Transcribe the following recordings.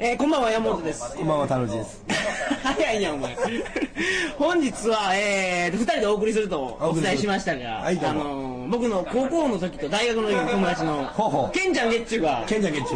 こんばんは、山本です。 こんばんは、太郎です。 早いやん、お前。本日は、2人でお送りするとお伝えしましたが、 はい、 僕の高校の時と大学の時の友達の、ケンちゃんゲッチュが、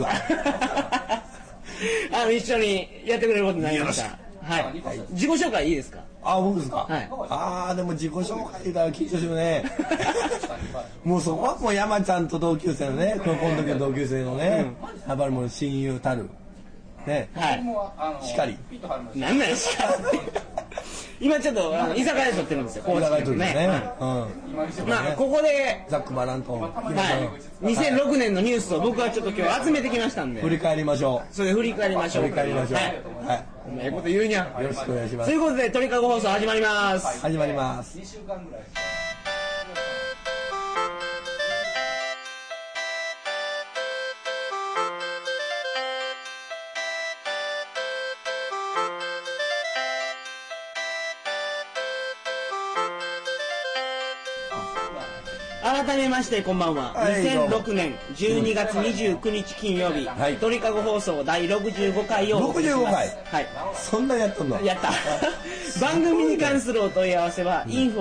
一緒にやってくれることになりました。はい。自己紹介いいですか？ 僕ですか？はい。でも自己紹介だ、緊張するね。もうそこはもう山ちゃんと同級生のね、高校の時の同級生のね、やっぱりもう親友たる。ね。はい。しかり。 なんなんしかり。今ちょっと居酒屋で撮ってるんですよ。 居酒屋で撮ってね。 まあここでざっくばらんと。 はい。2006年のニュースを僕はちょっと今日集めてきましたんで。 振り返りましょう。 それで振り返りましょう。 はい。 はい。ええこと言うにゃ。 よろしくお願いします。 ということで鳥かご放送始まります。 始まります。 改めましてこんばんは。2006年12月29日金曜日、鳥かご放送第65回を 65回。 はい。 そんなやったんだ。 やった。番組に関するお問い合わせは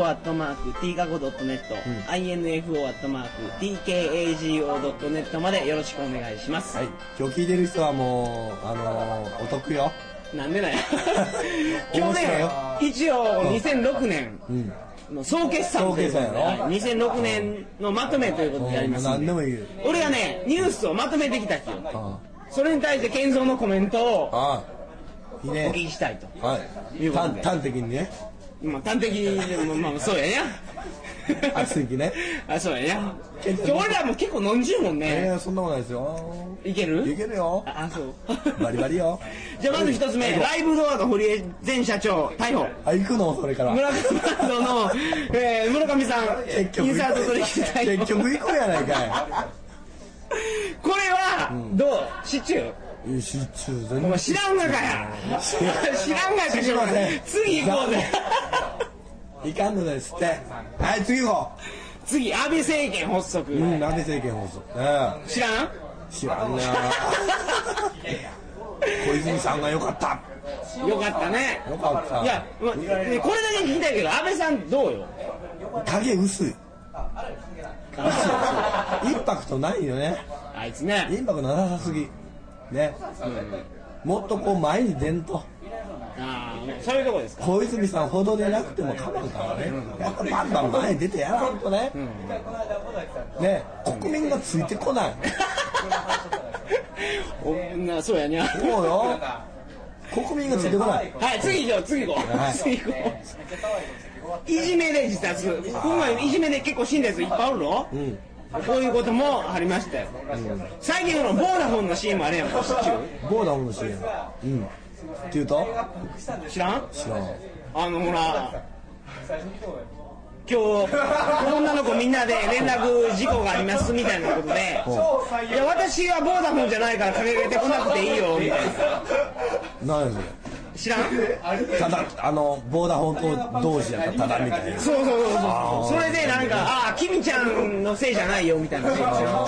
info@tkago.net、info@tkago.net までよろしくお願いします。 はい。今日聞いてる人はもうお得よ。 なんでなんや。今日ね、一応2006年。総決算ということで、2006年のまとめということでやりますので、俺がねニュースをまとめてきた日よ。それに対して健三のコメントをお聞きしたいということで、 端的にね、 端的にまあそうやね。 暑い日ね。 そうやね。俺らも結構飲んじゅうもんね。 そんなことないですよ。 いける？ いけるよ。 そう。 バリバリよ。 じゃあまず一つ目、ライブドアの堀江前社長逮捕。 行くのそれから。 村上バンドの村上さんインサート取引逮捕。 結局行こうやないかい。 これはどう？知っちゅう？お前知らんがかや。知らんがか。 すいません。 次行こうぜ。 いかんのですって。はい、次行こう。 次、安倍政権発足。 安倍政権発足。 知らん？ 知らんな。小泉さんが良かった。 良かったね。 良かった。 いや、これだけ聞きたいけど、安倍さんどうよ？ 影薄い。インパクトないよね。 あいつね。 インパクトなさすぎ。ね。もっとこう前に出んと。 そういうとこですか。 小泉さんほどでなくてもかめるからね。やっぱバンバン前に出てやらんとね。ね、国民がついてこない。 そうやにゃ。 そうよ。国民がついてこない。 はい、次行こう。いじめで自殺。今回いじめで結構死んだやついっぱいあるの？こういうこともありましたよ。最近のボーダフォンの CM あれやんか。知っちゅう？ ボーダフォンの CM。って言うと？ 知らん？ 知らん。 ほら。今日女の子みんなで連絡事項がありますみたいなことで、いや私はボーダフォンじゃないからかけてこなくていいよみたいな。 何それ？ 知らん？ ただボーダフォン同士やったらただみたいな。 そう。それでなんかキミちゃんのせいじゃないよみたいな。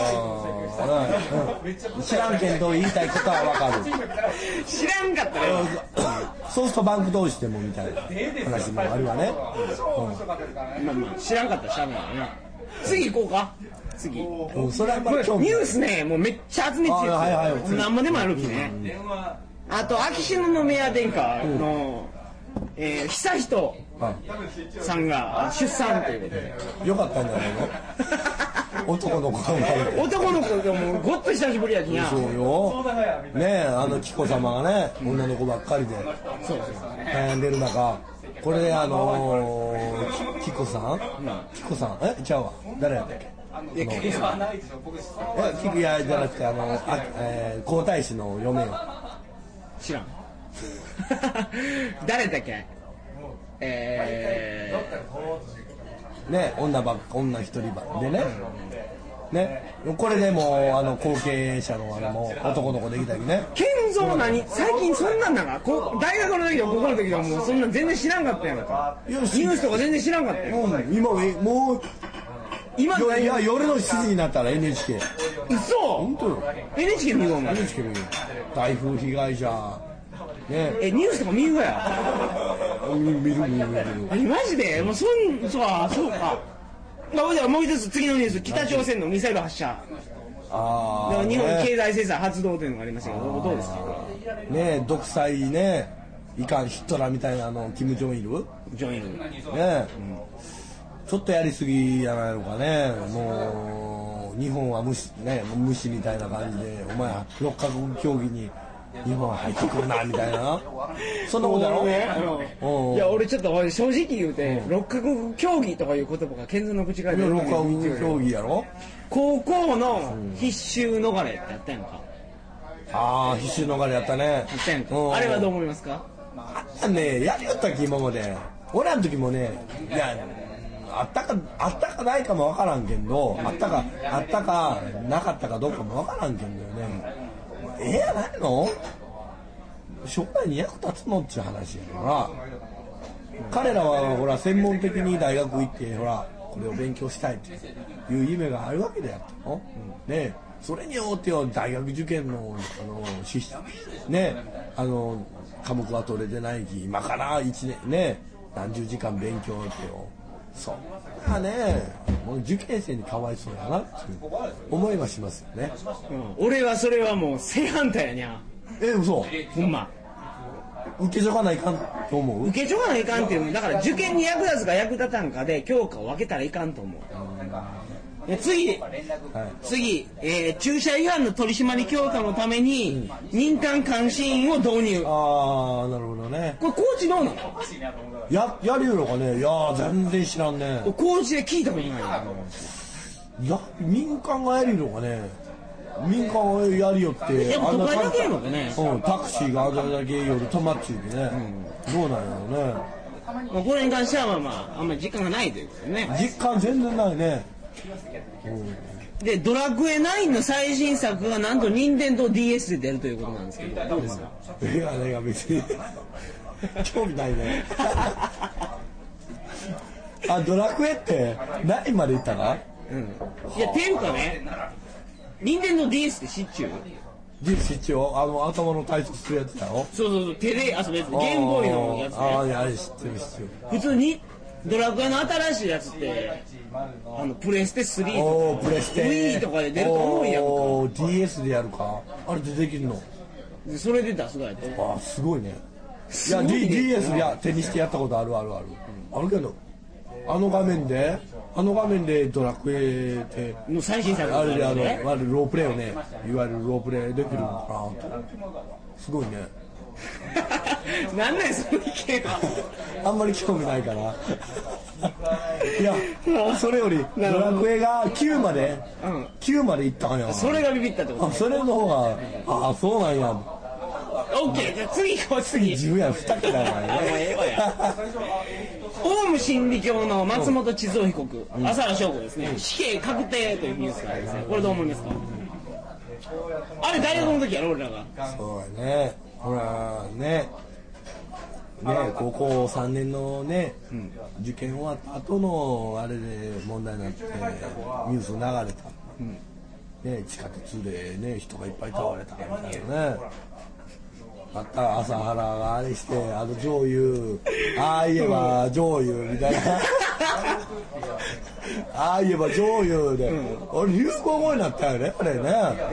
知らんけど言いたいことはわかる。 知らんかったよ。 ソフトバンク同士でもみたいな話もあるわね。 知らんかったらしゃべないね。次行こうか。次。 それはまあニュースねもうめっちゃ集めてる。何もでもあるきね。あと秋篠宮殿下の悠仁さんが出産ということで。 よかったんじゃないの？男の子が生まれて。 男の子がもうごっと久しぶりやきな。 そうよ。ねえ紀子様がね女の子ばっかりで悩んでる中、これで紀子さん？紀子さん？ちゃうわ。誰やったっけ？ 紀子さん。 いやじゃなくて皇太子の嫁よ。 知らん。誰だっけ？ ね、女一人ばでね。ね、これでも後継者のもう男の子できたりね。 健三最近そんなんだから大学の時と高校の時はもうそんなん全然知らんかったやんか。ニュースとか全然知らんかったよ。 今もう今いや夜の7時になったら NHK。 嘘？ 本当よ。 NHK 見ような。 NHK 見よう。台風被害者。ね。 ニュースとか見るや。 見る。 マジで？もうそうか。もう一つ次のニュース、北朝鮮のミサイル発射。日本経済制裁発動というのがありましたけど、どうですか？ ね、独裁ね、いかんヒットラーみたいなキム・ジョンイル。ね、ちょっとやりすぎやないのかね。もう日本は無視みたいな感じで、お前6カ国協議に日本は入ってくるなみたいな。そんなことやろ？ いや俺ちょっと正直言うて、6カ国協議とかいう言葉が健三の口から出る。 6カ国協議やろ？ 高校の必修逃れってやったやんか。 必修逃れやったね。 やったやんか。あれはどう思いますか？ ね、やりよったっけ今まで。俺らの時もね、いやあったかないかもわからんけど、あったかなかったかどうかもわからんけどね。やないの？将来に役立つのっていう話やから。彼らはほら専門的に大学行ってほらこれを勉強したいっていう夢があるわけでやったの。ね、それによってよ大学受験のシステムね、科目は取れてないき今から1年ね何十時間勉強ってよ。そんなねもう受験生にかわいそうやなっていう思いはしますよね。 俺はそれはもう正反対やにゃ。 嘘？ ほんま。 受けちょかないかんと思う？ 受けちょかないかんっていうのだから受験に役立つか役立たんかで教科を分けたらいかんと思う。次、駐車違反の取り締まり強化のために民間監視員を導入。 なるほどね。 これ高知どうなの？ やるのかね。いや全然知らんね。 高知で聞いたことない。 いや民間がやるのかね。民間がやるよってやっぱ都会だけやのかね。 タクシーがあんだけ夜止まっちゅうてね、どうなんやろうね。 これに関してはあんまり実感がないということでね。 実感全然ないね。 でドラクエ9の最新作がなんと任天堂 DS で出るということなんですけど、どうですか？ いや別に興味ないね。ドラクエって何までいったか？ いやっていうかね、任天堂 DS って知っちゅう ？DS 知っちゅうよ。頭の体操するやつだろ。 そう手で遊ぶやつ、ゲームボーイのやつね。 あれ知ってる。 普通にドラクエの新しいやつってプレステ3とかプレステ Wii とかで出ると思うんやんか。 DS でやるか。あれでできるの？ それで出すぐらいやと。 すごいね。いや DS 手にしてやったことある。あるけどあの画面でドラクエっての最新作あれでロープレイをね、いわゆるロープレイできるのかな。すごいね。 なんなんその意見は。 あんまり興味ないからいやそれよりドラクエが9までいったんや。 それがビビったってこと？ それの方がそうなんや。 オッケー、じゃあ次行こう。 自分や2桁やからね。 オウム真理教の松本智三被告、浅田翔子ですね、死刑確定というニュースがありますね。これどう思いますか？あれ大学の時やろ俺らが。 そうやね。ほらね高校3年のね、受験終わった後のあれで問題になってニュース流れた、ね、地下鉄でね人がいっぱい倒れたみたいなね。あった朝原があれして女優ああ言えば女優みたいなああ言えば女優で、俺流行語になったよねあれね。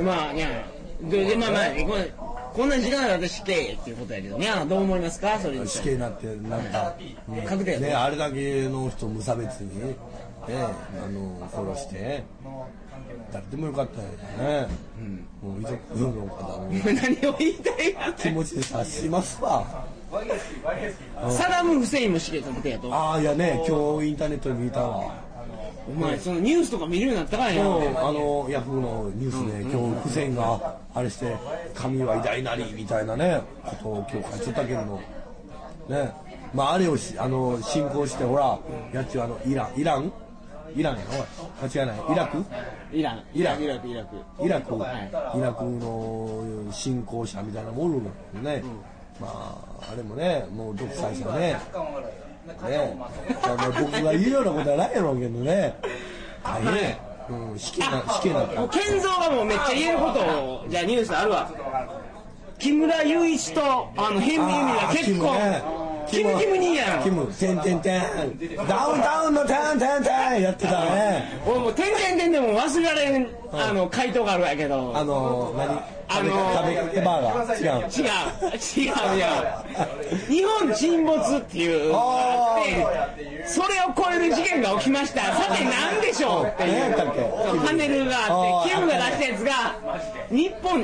こんな時間だと死刑っていうことやけどね、どう思いますか？それで死刑になって確定ね、あれだけの人無差別にね殺して誰でもよかったよね。もう遺族の方の何を言いたいか気持ちで察しますわ。 サダム・フセインも死刑確定やと。 いやね、今日インターネットで見たわ。 お前そのニュースとか見るようになったからや。 ヤフーのニュースで今日フセインがあれして神は偉大なりみたいなねことを今日書いちゃったけどね。あれを信仰してほらやっちゅうイランやろ。間違いない。イラクの信仰者みたいなものね。あれもねもう独裁者ね。僕が言うようなことはないやろうけどね。 大変。死刑なった。 健三がもうめっちゃ言えることを、じゃあニュースあるわ。木村雄一と辺見由美が結構。キム兄やん。 キム、てんてんてん。ダウンタウンのてんてんてんやってたね。 俺もうてんてんてんでも忘れられん、回答があるやけど。 何食べかけバーガー違う。 日本沈没っていうのがあって、それを超える事件が起きました。さて何でしょうっていうパネルがあって、キムが出したやつが、日本。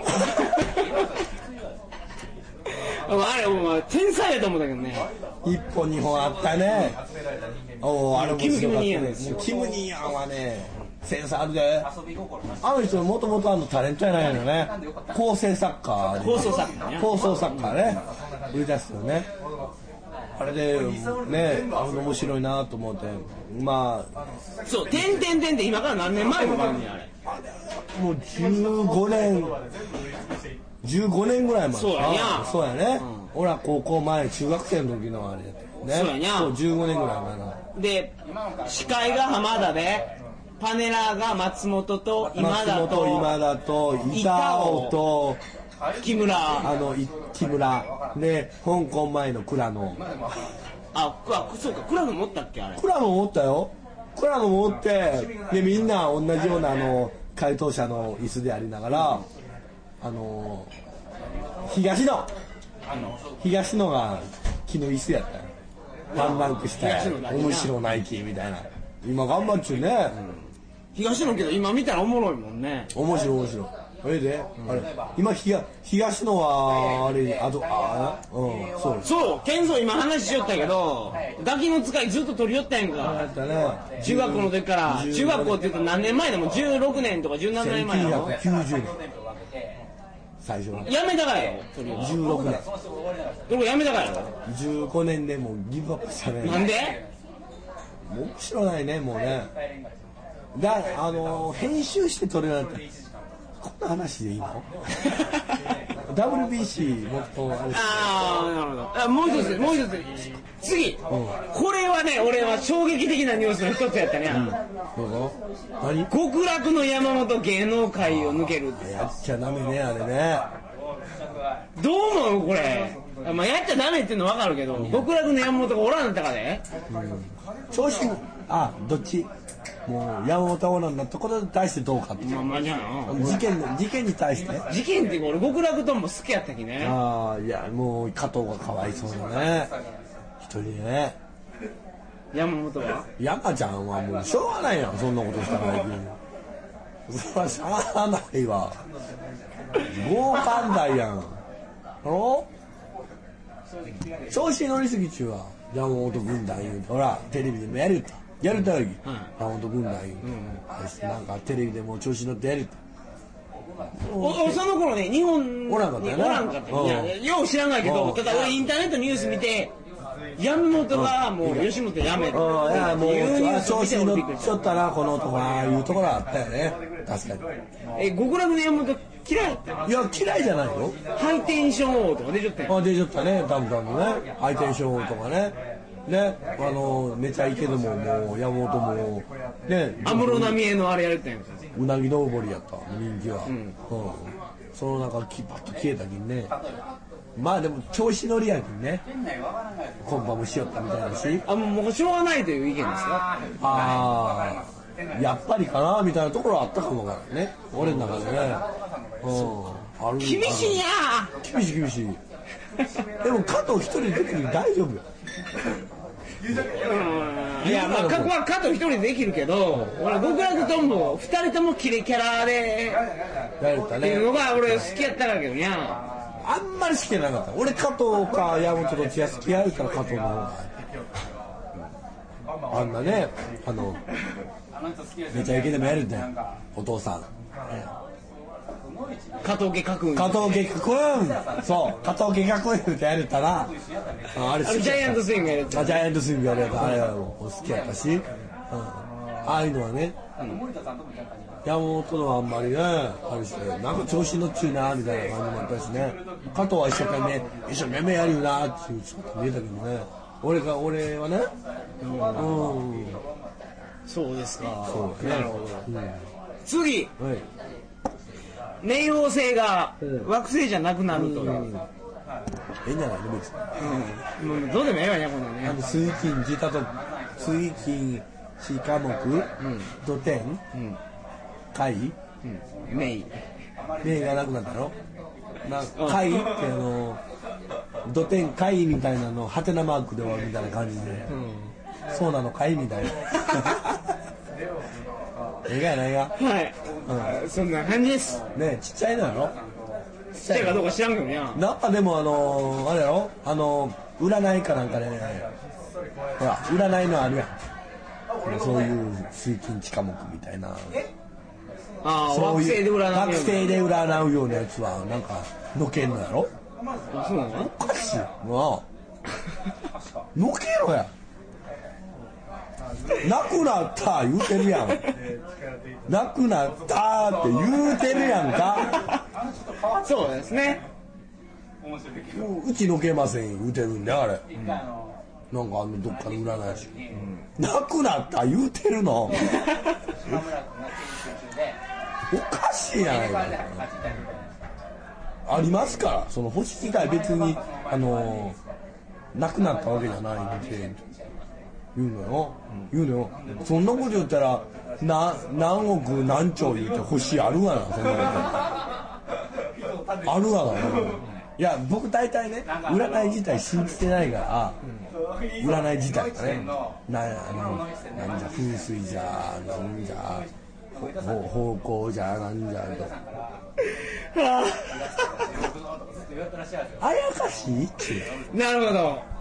あれお前天才やと思ったけどね。 一本二本あったね。あれもキムニーヤンです。キムニーヤンはねセンスあるで。あの人もともとタレントやないのね。構成作家。 放送作家ね。売り出すよね。あれでね面白いなと思って。まあそうてんてんてんって今から何年前の番組あれ。 もう15年ぐらい前。そうやね。俺は高校前中学生の時のあれやったね。 そうやにゃ。 そう15年ぐらい前な。 で司会が浜田でパネラーが松本と今田と板尾と木村で香港前の倉野。 そうか倉野もおったっけあれ。 倉野もおったよ。倉野もおってでみんな同じような回答者の椅子でありながら東野が木の椅子やったよ。ワンランクした面白ナイキみたいな。今頑張っちゅうね。 東野けど今見たらおもろいもんね。 面白い。あれ今東野はあれそう健三今話しよったけどガキの使いずっと取り寄ったやんか。中学校の時から中学校って言うと何年前でも16年とか17年前やろ。 1990年最初のやめたかよ 16年どこやめたかよ。 15年でもうギブアップしたね。 なんで面白ないねもうね。編集して撮れなかった。こんな話でいいのWBC もっとなるほど。もう一つ次、これはね俺は衝撃的なニュースの一つやったね。 どうぞ。何？ 極楽の山本芸能界を抜ける。 やっちゃダメねあれね。 どう思うこれ。やっちゃダメっていうの分かるけど、極楽の山本がおらんのったかね。 調子どっちもう山本オーナーになったことに対してどうかって。事件に対して。 事件って俺極楽とも好きやったきね。 いやもう加藤がかわいそうだね。一人ね。 山本は？ 山ちゃんはもうしょうがないやんそんなことしたら。それはしゃあないわ。強姦罪やん。調子乗りすぎちゅうわ。山本軍団言うてほらテレビでもやると。山本軍団なんかテレビでも調子乗ってやるってその頃ね日本におらんかったよう知らないけど、ただ俺インターネットニュース見て山本がもう吉本辞める調子に乗っちゃったなこの男いうところあったよね。確かに。 極楽の山本嫌い？ いや嫌いじゃないよ。 ハイテンション王とか出ちゃったよ。 出ちゃったねダムダムね。ハイテンション王とかね。めちゃいけどももう山本もね安室奈美恵のあれやれたやん。 うなぎ登りやった人気は。その中パッと消えたきんね。まあでも調子乗りやきんね。コンパもしよったみたいだし。 もうしょうがないという意見ですか。 やっぱりかなみたいなところあったかもからね俺の中でね。 厳しいな。 厳しい。でも加藤一人でできる大丈夫よ。 いや加藤一人でできるけど俺極楽とも2人ともキレキャラでっていうのが俺好きやったんだけどね。 あんまり好きじゃなかった。俺加藤か山本どっちが好きやるから加藤の方があんなねめちゃイケでもやるんだよお父さん。 加藤家家君そう加藤家家君ってやれたらあれジャイアントスイングやるジャイアントスイングやるやつあれは好きやったし、ああいうのはね、山本のはあんまりねあれしてなんか調子乗っちゅうなみたいな感じもあったしね。加藤は一生懸命やるよなっていうちょっと見えたけどね俺はねそうですか。 そうなるほど。次、冥王星が惑星じゃなくなるという。 いいんじゃないの別に。もうどうでもええわね、こんなね。 水金自他と水金四科目、土天、海、冥がなくなったの。海って土天海みたいなのハテナマークで終わるみたいな感じで、そうなの海みたいな。ええがやないが。 はい。そんな感じです。 ね、ちっちゃいのやろ。 ちっちゃいかどうか知らんけどね。 なんかでもあれやろ、占いかなんかでね、ほら占いのあるやん。そういう水金地科目みたいな。 惑星で占うようなやつはなんかのけんのやろ。 そうなの？ おかしい。のけろや。なくなった言うてるやん。なくなったって言うてるやんか。 そうですね。 うちのけません言うてるんだあれ。なんかどっかの占い師。なくなった言うてるの。おかしいやないか。ありますから、その星自体別になくなったわけじゃないんで言うのよ。そんなこと言ったら何億何兆言うて星あるわな、そんなことあるわな。いや僕大体ね占い自体信じてないから、占い自体がねなんじゃ風水じゃなんじゃ方向じゃなんじゃとあやかしいって。 なるほど。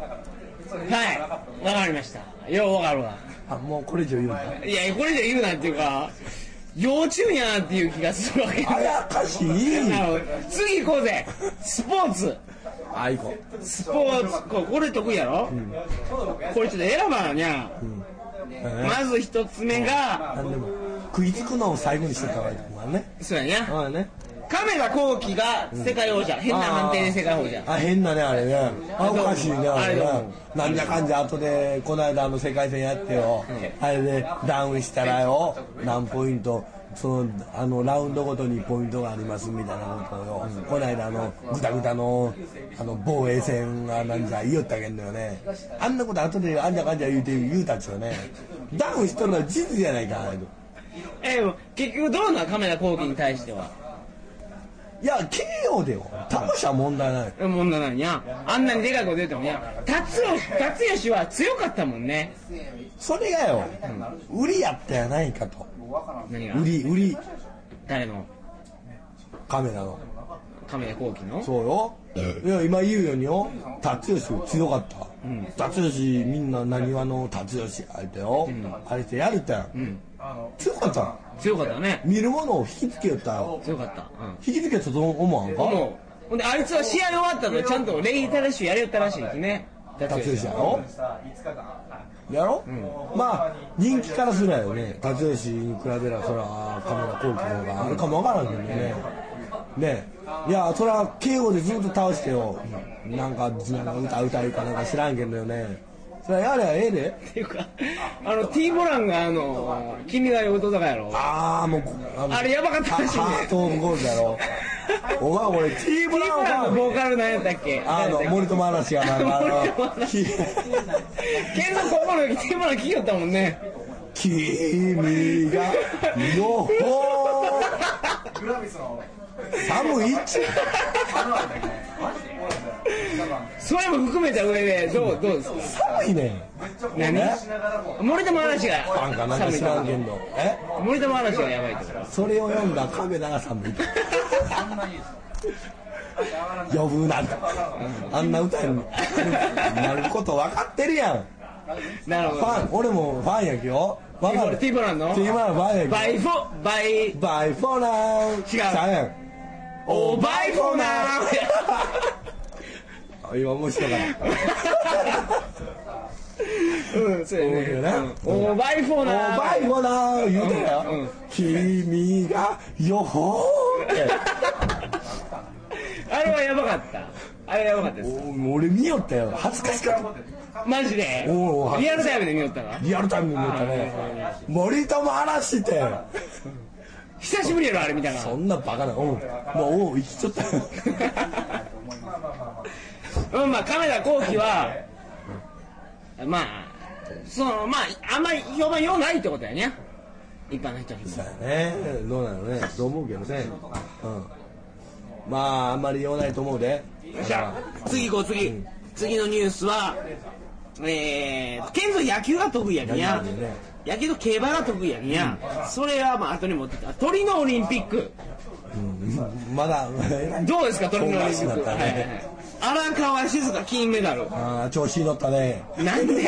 はいわかりました。ようわかるわ。 もうこれ以上言うな。 いやこれ以上言うなっていうか幼稚園やなっていう気がするわけ。 あやかしい。 次行こうぜ。スポーツ。 行こう。スポーツこれ得意やろ、これちょっと選ばなにゃ、まず一つ目が食いつくのを最後にしてたわけだもんね。 そうやね。 亀田光輝が世界王者、変な判定で世界王者。 変なねあれね。おかしいねあれね。なんじゃかんじゃ後でこの間世界戦やってよ、あれでダウンしたらよ何ポイントそのラウンドごとにポイントがありますみたいなことをよ、この間グダグダの防衛戦がなんじゃ言いよったけんだよね。あんなこと後であんじゃかんじゃ言うたっちよね。ダウンしとるのは事実じゃないか。 結局どうな亀田光輝に対しては。 いや KO でよ。倒しは問題ない。 問題ないにゃ。あんなにでかいこと言ってもにゃ。辰吉は強かったもんね。 それがよ、売りやったやないかと。 何が？ 売り。 誰の？ 亀田光輝の？ そうよ。いや今言うようによ、辰吉強かった。辰吉みんななにわの辰吉あれだよ。あれしてやるったやん。強かったね。 見るものを引きつけよったよ。 強かった。 引きつけたと思わんか？ ほんであいつは試合終わったとちゃんと礼儀正しくやりよったらしいですね。 辰吉やろ？やろ？まあ人気からするよね。辰吉に比べればそれは亀田光輝の方があるかもわからんけどね。いやそれは敬語でずっと倒してよ。なんか歌うかなんか知らんけどよね。それやればええで。 っていうかT ボランが君が弟だやろ。 もうあれやばかったらしいね。 ハートゴールだろ。お前俺 T ボランのボーカルなんやったっけ？ 森友嵐がなんかケンの高校の時 T ボラン聴きよったもんね。 君がよほ寒いっちそれも含めた上でどうですか？ 寒いね。 何？森友嵐がなんか知らんけど。 森友嵐がやばいとか。 それを読んだ亀田が寒いと。呼ぶなと。あんな歌になること分かってるやん。 なるほど。 俺もファンやけど。 ティーボランの？ ティーボランファンやけど。 バイフォーナー。 違う。 おバイフォーナー。今面白かった。 そうやね。おバイフォーナー。 おバイフォーナー言うてたよ。君がよほーって。 あれはやばかった。 あれが良かったです。 俺見よったよ。恥ずかしかった。 マジでリアルタイムで見よったか。 リアルタイムで見よったね。森友話して久しぶりやろあれみたいな。 そんなバカな。もう生きちゃったよ。 まあ亀田光輝はまああんまり評判良ないってことやね、一般の人に。 そうやね。どうなのね、と思うけどね。まああんまり良ないと思うで。 じゃあ次行こう。次のニュースはケンゾ野球が得意やねや。野球と競馬が得意やねや。それはまあ後に持ってたトリノオリンピック。 まだどうですかトリノオリンピック。荒川静香金メダル。 調子に乗ったね。 なんで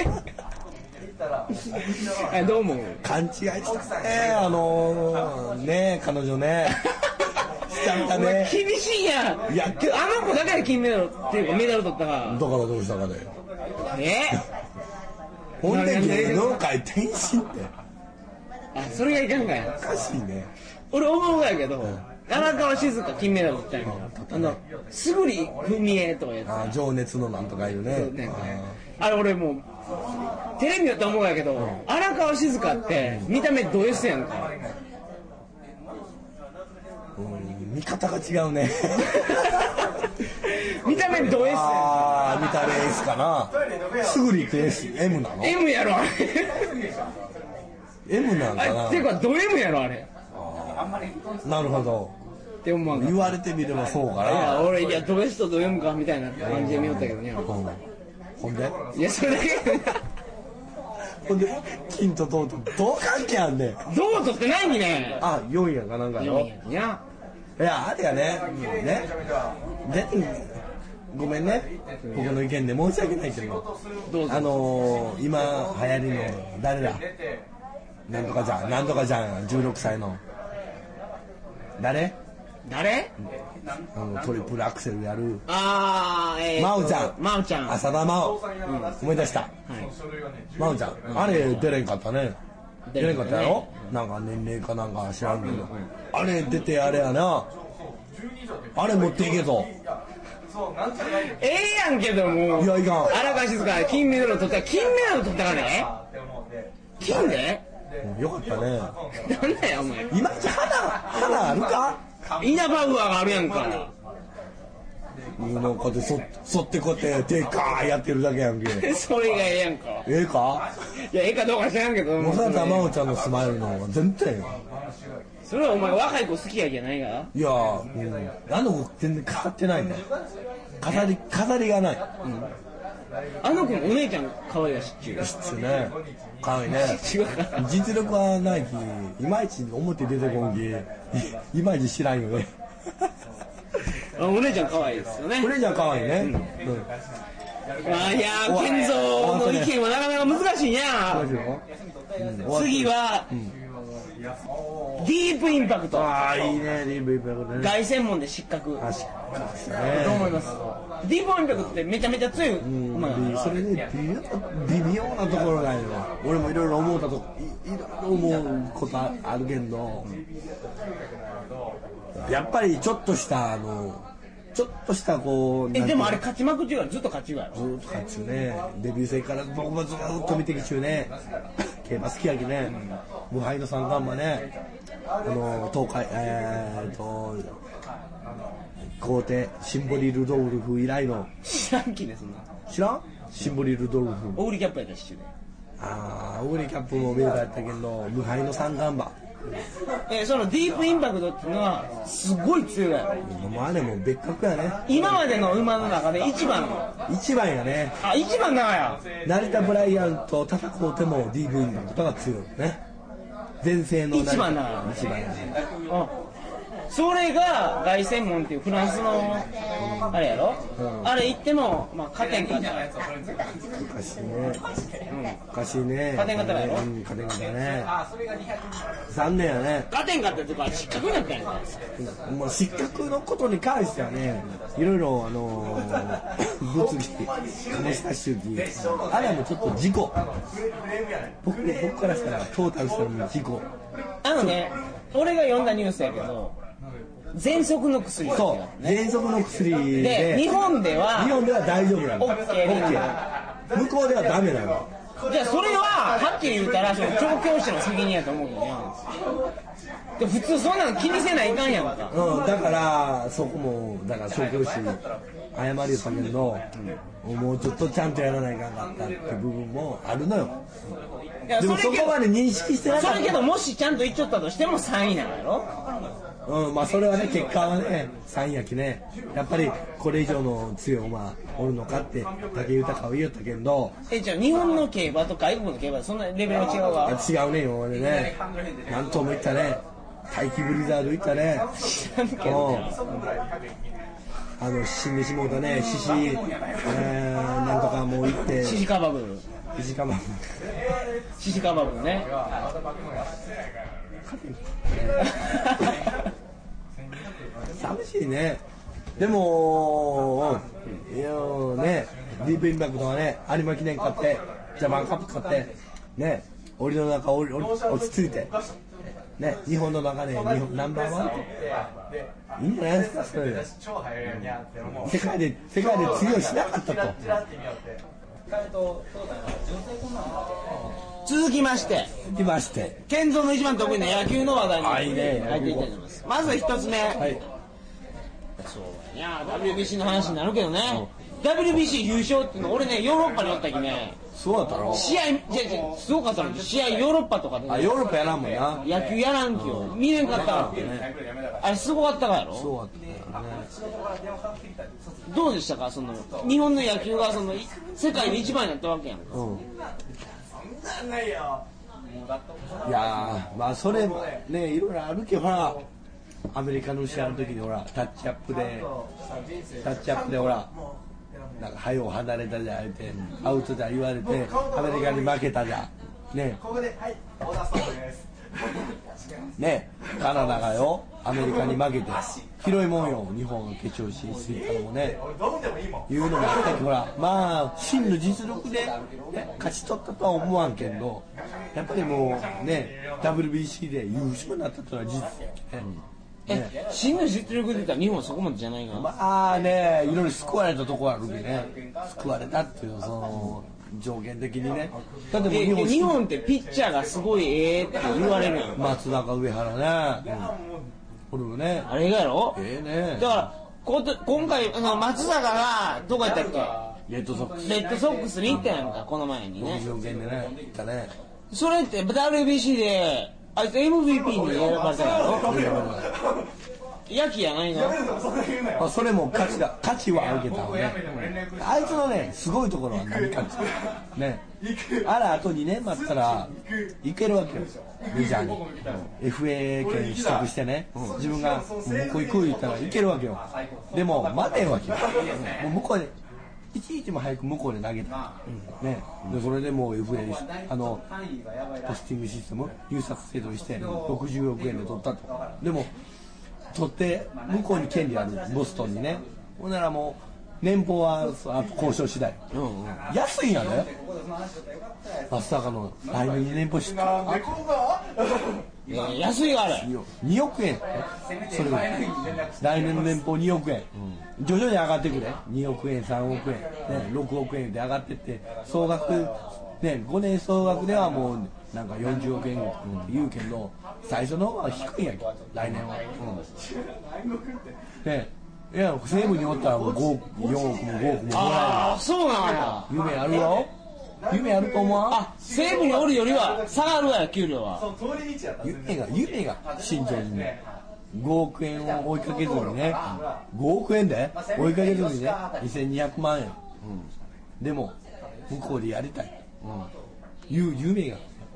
どう思う。 勘違いしたね彼女ねしちゃったね。 厳しいやん。あの子だから金メダルっていうかメダル取ったから。だからどうしたかで。ほんで芸能界転身って。 それがいかんかや。 おかしいね。 俺思うやけど、荒川静香金メダル取ったんや。すぐりふみえとかやつ。 情熱のなんとかいうね。 あれ俺もうテレビだと思うやけど、荒川静香って見た目ド S やんか。 見方が違うね。 見た目ド S やん。 見た目 S かな。すぐりって M なの？ M やろあれ。 M なんかな。 ていうかド M やろあれ。 なるほど。 って思う。 言われてみればそうかな。 俺ド S とド M かみたいな感じで見よったけどね。 ほんで？ いやそれだけ。 ほんで金と銅とどう関係あんねん。 銅とって何にね。 4やかなんかよ。 いやあれやね。ごめんね。僕の意見で申し訳ないけど。今流行りの誰だ。なんとかじゃん16歳の誰トリプルアクセルやる真央ちゃん浅田真央思い出した真央ちゃんあれ出れんかったね。出れんかったやろ。なんか年齢かなんか知らんけどあれ出てあれやな。あれ持っていけと。 やんけども。 いやいかん。 荒川静香金メダル取ったからね。金でよかったね。 なんだよお前。 いまいち花あるか。 イナバウアーがあるやんか。 なんかでそってこってでかーやってるだけやんけ。 それがやんか。 かいやかどうか知らんけど。 小田真央ちゃんのスマイルの全然よ。 それはお前若い子好きやじゃないか。 いや子全然変わってないね。飾りがない。 あの子もお姉ちゃん可愛いらしい。 ね。可愛いね。実力はないき、いまいち表出てこんき、いまいち知らんよね。 お姉ちゃん可愛いですよね。 お姉ちゃん可愛いね。 いや健三の意見はなかなか難しいな。次はディープインパクト。 いいねディープインパクトね。 凱旋門で失格。どう思います？ディープインパクトってめちゃめちゃ強い。 それで微妙なところがあるよ。俺もいろいろ思うことあるけど、やっぱりちょっとしたこう。 でもあれ勝ちまくっていうからずっと勝ちやろ。 ずっと勝ちね。デビュー戦から僕もずっと見てきちゅうね。競馬好きやきね。無敗の三冠馬ね。東海皇帝シンボリ・ルドルフ以来の。 知らんきねそんな。 知らん？シンボリ・ルドルフ。 オグリキャップやったし。 オグリキャップも見えたやったけど無敗の三冠馬。 そのディープインパクトっていうのはすごい強いやろ。 あれも別格やね。 今までの馬の中で一番やね。 一番長や。 成田ブライアント戦うてもディープインパクトが強いね。前世の一番長い。 一番やね。 それが凱旋門っていうフランスのあれやろ、あれ行っても勝てんかった。 おかしいね。 勝てんかったやろ。 勝てんかったね。残念やね。 勝てんかったとか失格になったやんか。 失格のことに関してはね、いろいろ物議醸し出しとき、あれはもうちょっと事故。僕からしたらトータルしたら事故。 俺が読んだニュースやけど、 喘息の薬、 そう喘息の薬で日本では大丈夫なの。 オッケー。 向こうではダメなの。 じゃあそれははっきり言ったらその調教師の責任やと思うけどね。で普通そんなの気にせないかんやんか。 だからそこもだから調教師謝りをしたけど、もうちょっとちゃんとやらないかんかったって部分もあるのよ。でもそこまで認識してなかった。 それけどもしちゃんと言っちゃったとしても3位なのやろ。 まあそれはね結果はね3位やきね、やっぱりこれ以上の強い馬おるのかって武豊は言ったけど、 じゃあ日本の競馬と外国の競馬そんなレベルは違うわ。 違うね今までね。何頭もいったね、大気ブリザードいったね。 知らんけど死んでしもうたね、獅子なんとかもう行って、 獅子カバブルね寂しいね。でもいやね、ディープインパクトはね有馬記念買ってジャパンカップ買ってね、檻の中落ち着いてね、日本の中でナンバーワンいいんじゃないですか。それで世界で通用しなかったと。 続きまして健三の一番得意な野球の話題に入っていきたいと思います。まず一つ目、そういや WBC の話になるけどね、WBC 優勝っていうの俺ねヨーロッパにおったきね、 そうだったろ。 試合すごかったの。試合ヨーロッパとかで、 ヨーロッパやらんもんな。 野球やらんきよ、見れんかったからってね。あれすごかったからやろ。 そうだったね。 どうでしたか、その日本の野球がその世界で一番になったわけやん。 いやまあそれねいろいろあるけど、ほらアメリカの試合の時にほらタッチアップでほらなんか早う離れたじゃんってアウトだ言われてアメリカに負けたじゃんね。ね、カナダがよアメリカに負けて広いもんよ、日本が決勝進出したのもねいうのもあったけど、ほらまあ真の実力で、ね、勝ち取ったとは思わんけど、やっぱりもうね WBC で優勝になったというのは事実ね。真の実力で言ったら日本はそこまでじゃないが、 まあねいろいろ救われたところあるけどね、救われたっていうその条件的にね。 だってもう日本ってピッチャーがすごいって言われるよ。 松中上原ね、これもねあれがやろ。 ねだから今回松坂がどこやったっけ、 レッドソックスに行ったやんか、この前にね。 条件でね行ったね。 それって WBC であいつ MVP に選ばれたやろ。野球やないの。 それも価値はあるけどね。あいつのねすごいところは何かってね、あれあと2年待ったらいけるわけよ、メジャーに FA 権取得してね、自分が向こう行く言ったらいけるわけよ。でも待てんわけよ、もう向こうで一日も早く向こうで投げた、ね、でそれでもう FA にポスティングシステム入札制度にして60億円で取ったと。でも取って向こうに権利あるボストンにね、ほんならもう年俸は交渉次第、安いんやね。松坂の来年に年俸知った安いがあれ 2億円、それ来年の年俸2億円、徐々に上がってくれ、2億円3億円、ね、6億円で上がってって総額、ね、5年総額ではもうなんか40億円って言うけど最初の方は低いんやけど来年は、ね、いや西武におったらもう4億も5億ももらえる。 ああそうなんだ。 夢あるよ、夢あると思わん。 西武におるよりは下がるわよ、給料は。 夢が慎重にね5億円を追いかけずにね、5億円で追いかけずにね2200万円、でも向こうでやりたい、いう夢が、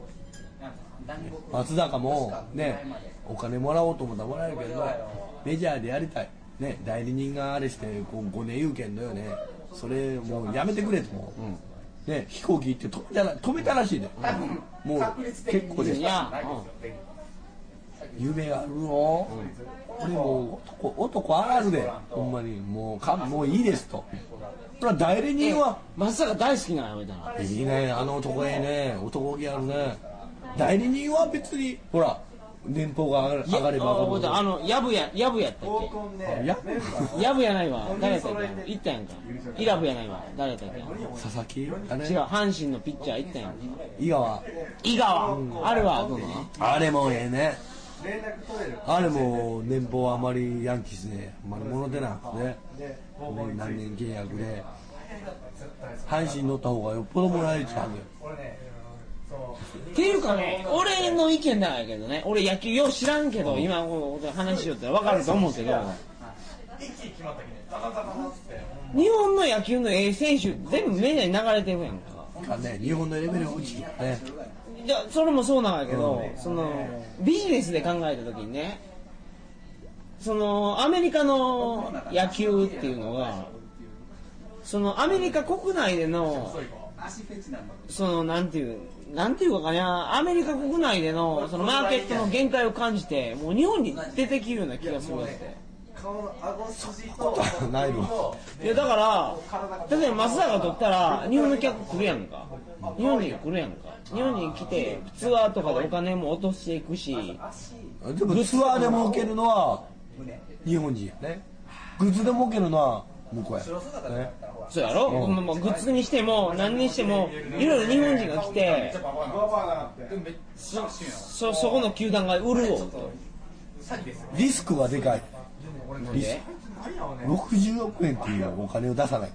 松坂もねお金もらおうと思ったらもらえるけどメジャーでやりたい、ね、代理人があれしてこう5年有権だよね、それもうやめてくれと思う、ね、飛行機行って止めたらしいで、もう結構です、夢があるの、これもう男上がるで、ほんまにもういいですと。それは代理人は松坂大好きなのやめたらいいね、あの男ね、男気あるね。代理人は別にほら年俸が上がれば上がる。 ヤブやったっけ？ヤブやないわ。誰やったっけ？行ったやんか。イラブやないわ。誰やったっけ？ 佐々木？違う、 阪神のピッチャー行ったやんか。 井川。 あれはどうなの？ あれもええね。あれも年俸あまりヤンキースであまり物出なくてね、何年契約で阪神に乗った方がよっぽどもらえるって感じよ。 っていうかね、俺の意見だけどね、俺野球よう知らんけど、今話しよったら分かると思うけど、日本の野球の選手全部メジャーに流れてるやんか。 日本のレベルが落ちるからね。 いや、それもそうなんだけど、そのビジネスで考えた時にね、そのアメリカの野球っていうのが、そのアメリカ国内でのそのなんていうかな、アメリカ国内でのそのマーケットの限界を感じて、もう日本に出てきるような気がするわけ。 ないの。 いやだから例えば松坂が取ったら日本の客来るやんか。日本に来るやんか。日本に来てツアーとかでお金も落としていくし。 でもツアーで儲けるのは日本人やね。グッズで儲けるのは向こうやね。 そうやろ、グッズにしても何にしてもいろいろ日本人が来てそこの球団が潤うと。 リスクはでかい。60億円っていうお金を出さない。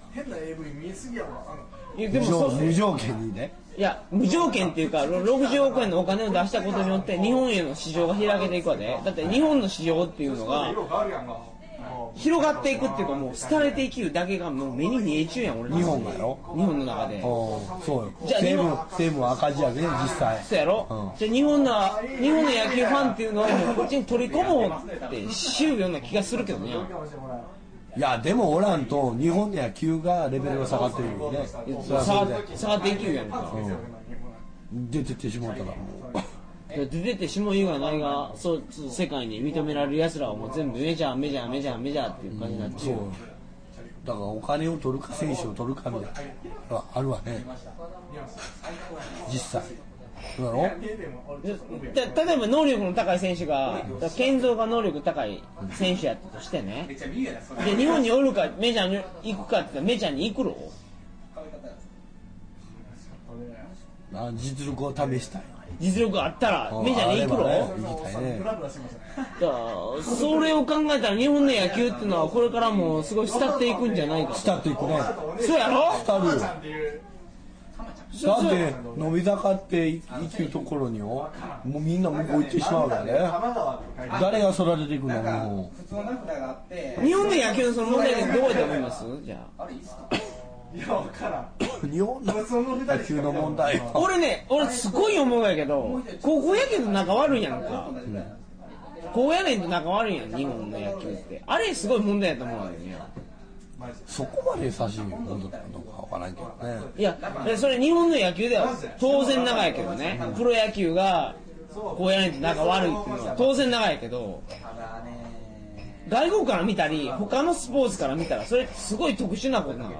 でも無条件にね。 いや無条件っていうか60億円のお金を出したことによって日本への市場が開けていくわけだって、日本の市場っていうのが広がっていくっていうか、もう廃れて生きるだけがもう目に見えちゅうやん。俺日本がやろ、 日本の中で。 そうよ。じゃあ西武は赤字やけど実際そうやろ、じゃあ日本の野球ファンっていうのはもうこっちに取り込もうってしゅうような気がするけどね。 いやでもおらんと日本の野球がレベルが下がってるよね。 下がっていきるやんか、 出てってしまったらもう出てってしもいがないが、そう世界に認められる奴らはもう全部メジャーっていう感じになっちゃう。 だからお金を取るか選手を取るかみたいなのあるわね、実際。そうだろ。 例えば能力の高い選手が、健三が能力高い選手やったとしてね、で日本におるかメジャーに行くかって言ったらメジャーに行くろ。 実力を試したい。 実力があったらメジャーに行くろ。 行きたいね。 それを考えたら日本の野球っていうのはこれからもすごい廃っていくんじゃないか。 廃っていくね。 そうやろ。 廃るよ。だって伸び盛って生きるところによ、もうみんな向こう行ってしまうよね。誰が育てていくのもう。日本の野球のその問題点どうやと思います？じゃあ。 日本の野球の問題は俺すごい思うんやけど、高校野球と仲悪いやんか、高野連と仲悪いやん日本の野球って。あれすごい問題やと思うんだよね。 そこまで優しい問題かどうかわからんけどね。 いやそれ日本の野球では当然長いけどね、プロ野球が高野連と仲悪いっていうのは当然長いけど、外国から見たり他のスポーツから見たらそれすごい特殊なことなのって。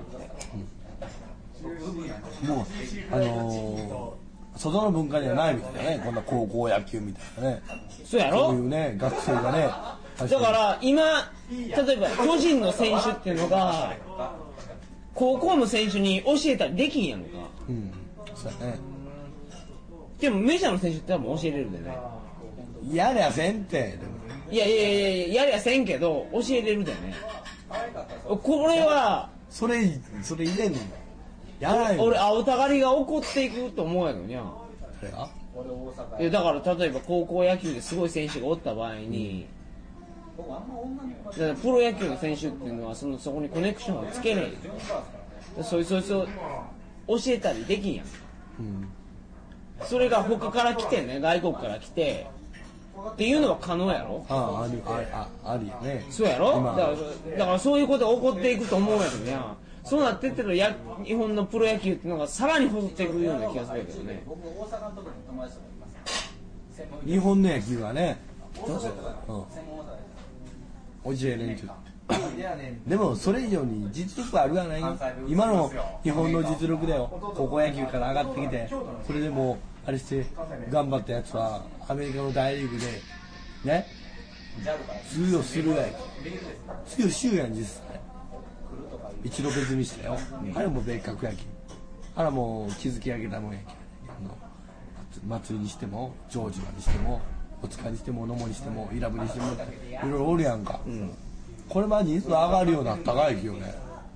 もう外の文化にはないみたいなね、こんな高校野球みたいなね。 そうやろ。 そういうね学生がね。 だから今例えば巨人の選手っていうのが高校の選手に教えたりできんやんか。 そうやね。 でもメジャーの選手って多分教えれるでね。 やりゃせんって。でもいややりゃせんけど教えれるでね。これはそれ入れんのやらないよ。 俺青たがりが起こっていくと思うやろにゃ。 誰が？ いやだから例えば高校野球ですごい選手がおった場合に、だからプロ野球の選手っていうのはそこにコネクションをつけれん。そいつを教えたりできんやん。それが他から来てね、外国から来てっていうのは可能やろ。 ありよね。 そうやろ。だからそういうことが起こっていくと思うやろにゃ。そうなってってると日本のプロ野球っていうのがさらに細っていくような気がするけどね。 日本の野球はね、教えれんちゅう。でもそれ以上に実力あるがない。今の日本の実力だよ。高校野球から上がってきて、それでもあれして頑張ったやつはアメリカの大リーグでね。通用するやん。通用しゅうやん、実際。一度別にしたよ。あれも別格やき。あれも築き上げたもんやき。祭りにしても、ジョージマにしても、おつかにしても、おのもにしても、イラブにしても、いろいろおるやんか。これマジいつ上がるようになったかいきよね。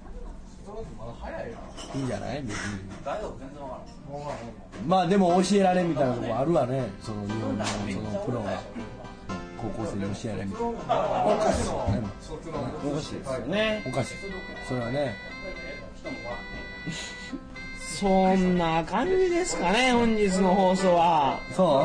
いいんじゃない別に。まあでも教えられみたいなとこあるわね。その日本のそのプロが高校生に教えられみたいな。おかしいよね。 おかしいですよね。 おかしい。それはね。 そんな感じですかね、本日の放送は。 そう？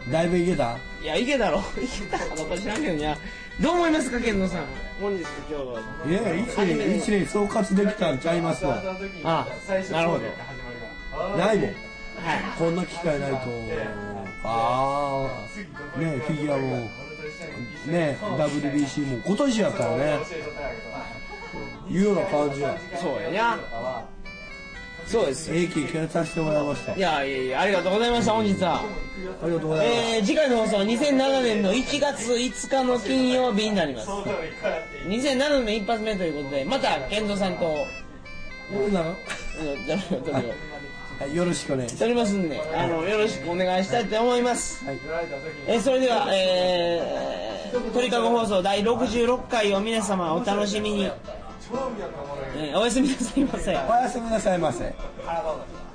だいぶいけた？ いや、いけたろ。いけたかどうか知らんけどいや。どう思いますか、健野さん。本日今日。 いや、一年総括できたんちゃいますわ。 ああ、なるほど。 ないもん。 はい。 こんな機会ないと。ね、フィギュアも、ね、WBC も今年やからね。いうような感じや。 そうやな。そうです。 経験させてもらいました。 いや、ありがとうございました、本日は。 ありがとうございます。 次回の放送は2007年の1月5日の金曜日になります。2007年一発目ということで、また健三さんとよろしくお願いします。 撮りますんで、よろしくお願いしたいと思います。はい、それでは、鳥かご放送第66回を皆様お楽しみに。おやすみなさいませ。 おやすみなさいませ。